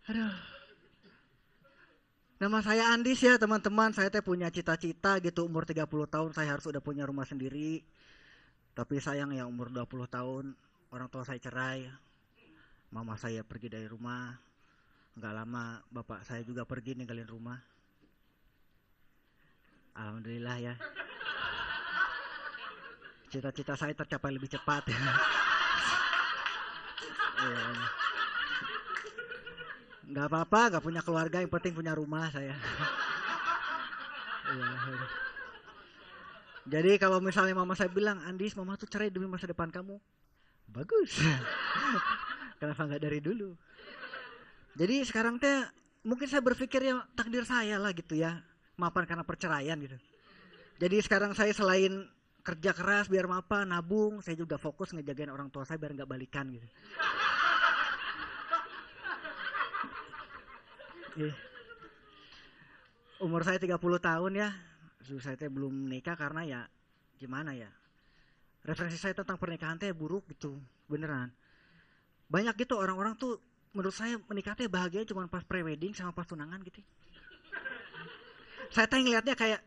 Aduh. Nama saya Andis ya teman-teman. Saya teh punya cita-cita gitu umur 30 tahun saya harus udah punya rumah sendiri. Tapi sayang ya umur 20 tahun orang tua saya cerai. Mama saya pergi dari rumah. Nggak lama bapak saya juga pergi ninggalin rumah. Alhamdulillah ya. Cita-cita saya tercapai lebih cepat ya. Iya. Nggak apa-apa, nggak punya keluarga, yang penting punya rumah saya. Iya. Jadi kalau misalnya mama saya bilang, Andis, mama tuh cerai demi masa depan kamu. Bagus. Kenapa nggak dari dulu? Jadi sekarang teh mungkin saya berpikir ya takdir saya lah gitu ya. Mapan karena perceraian gitu. Jadi sekarang saya selain kerja keras biar mapan, nabung, saya juga fokus ngejagain orang tua saya biar nggak balikan gitu. Iya. Umur saya 30 tahun ya. Saya teh belum menikah karena ya gimana ya. Referensi saya tentang pernikahan teh buruk gitu. Beneran. Banyak gitu orang-orang tuh menurut saya menikah teh bahagia cuma pas prewedding sama pas tunangan gitu. Saya teh ngelihatnya kayak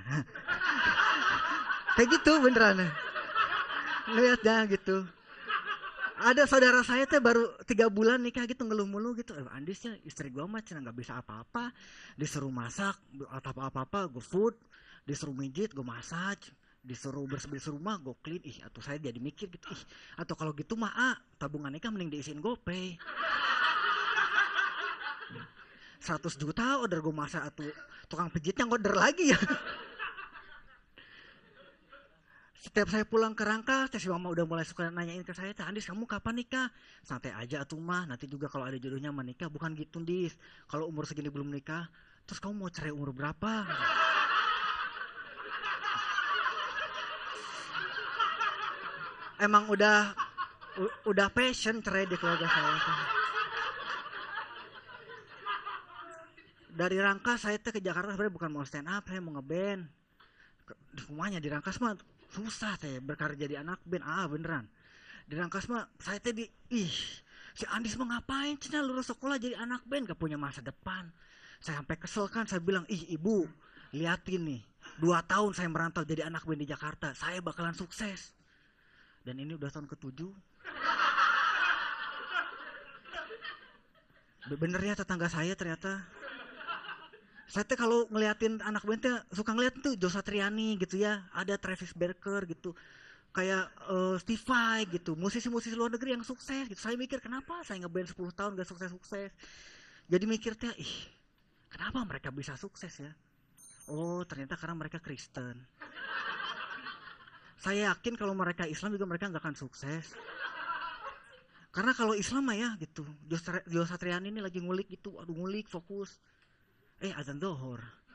kayak gitu beneran. Ngelihatnya gitu. Ada saudara saya teh baru 3 bulan nikah gitu ngeluh mulu gitu. Andis ya istri gue mah cina nggak bisa apa-apa, disuruh masak atau apa-apa gue food, disuruh mijit gue masak, disuruh bersih-bersih rumah gue clean. Ih atau saya jadi mikir gitu, ih atau kalau gitu mah tabungan nikah mending diisiin GoPay. 100 juta order gue masak atau tukang pijitnya order lagi ya. Setiap saya pulang ke Rangkas, si mama udah mulai suka nanyain ke saya, Andis kamu kapan nikah? Santai aja atuh mah, nanti juga kalau ada jodohnya menikah. Bukan gitu Dis, kalau umur segini belum nikah, terus kamu mau cerai umur berapa? Emang udah passion cerai di keluarga saya. Dari Rangkas saya ke Jakarta sebenarnya bukan mau stand up, saya mau ngeband. Semuanya di Rangkas mah susah saya berkarir jadi anak band, beneran. Di Rangkas mah saya tadi si Andis mau ngapain cina lulus sekolah jadi anak band gak punya masa depan. Saya sampai kesel kan, saya bilang ibu liatin nih 2 tahun saya merantau jadi anak band di Jakarta, saya bakalan sukses. Dan ini udah tahun ke-7. Bener ya tetangga saya ternyata. Saya tuh kalau ngeliatin anak band tuh suka ngeliatin tuh Joe Satriani gitu ya, ada Travis Barker gitu, kayak Steve Vai gitu, musisi-musisi luar negeri yang sukses gitu. Saya mikir kenapa saya ngeband 10 tahun gak sukses-sukses. Jadi mikirnya kenapa mereka bisa sukses ya? Oh ternyata karena mereka Kristen. Saya yakin kalau mereka Islam juga mereka gak akan sukses. Karena kalau Islam mah ya gitu, Joe Satriani ini lagi ngulik gitu, aduh ngulik fokus. Azan Zohor.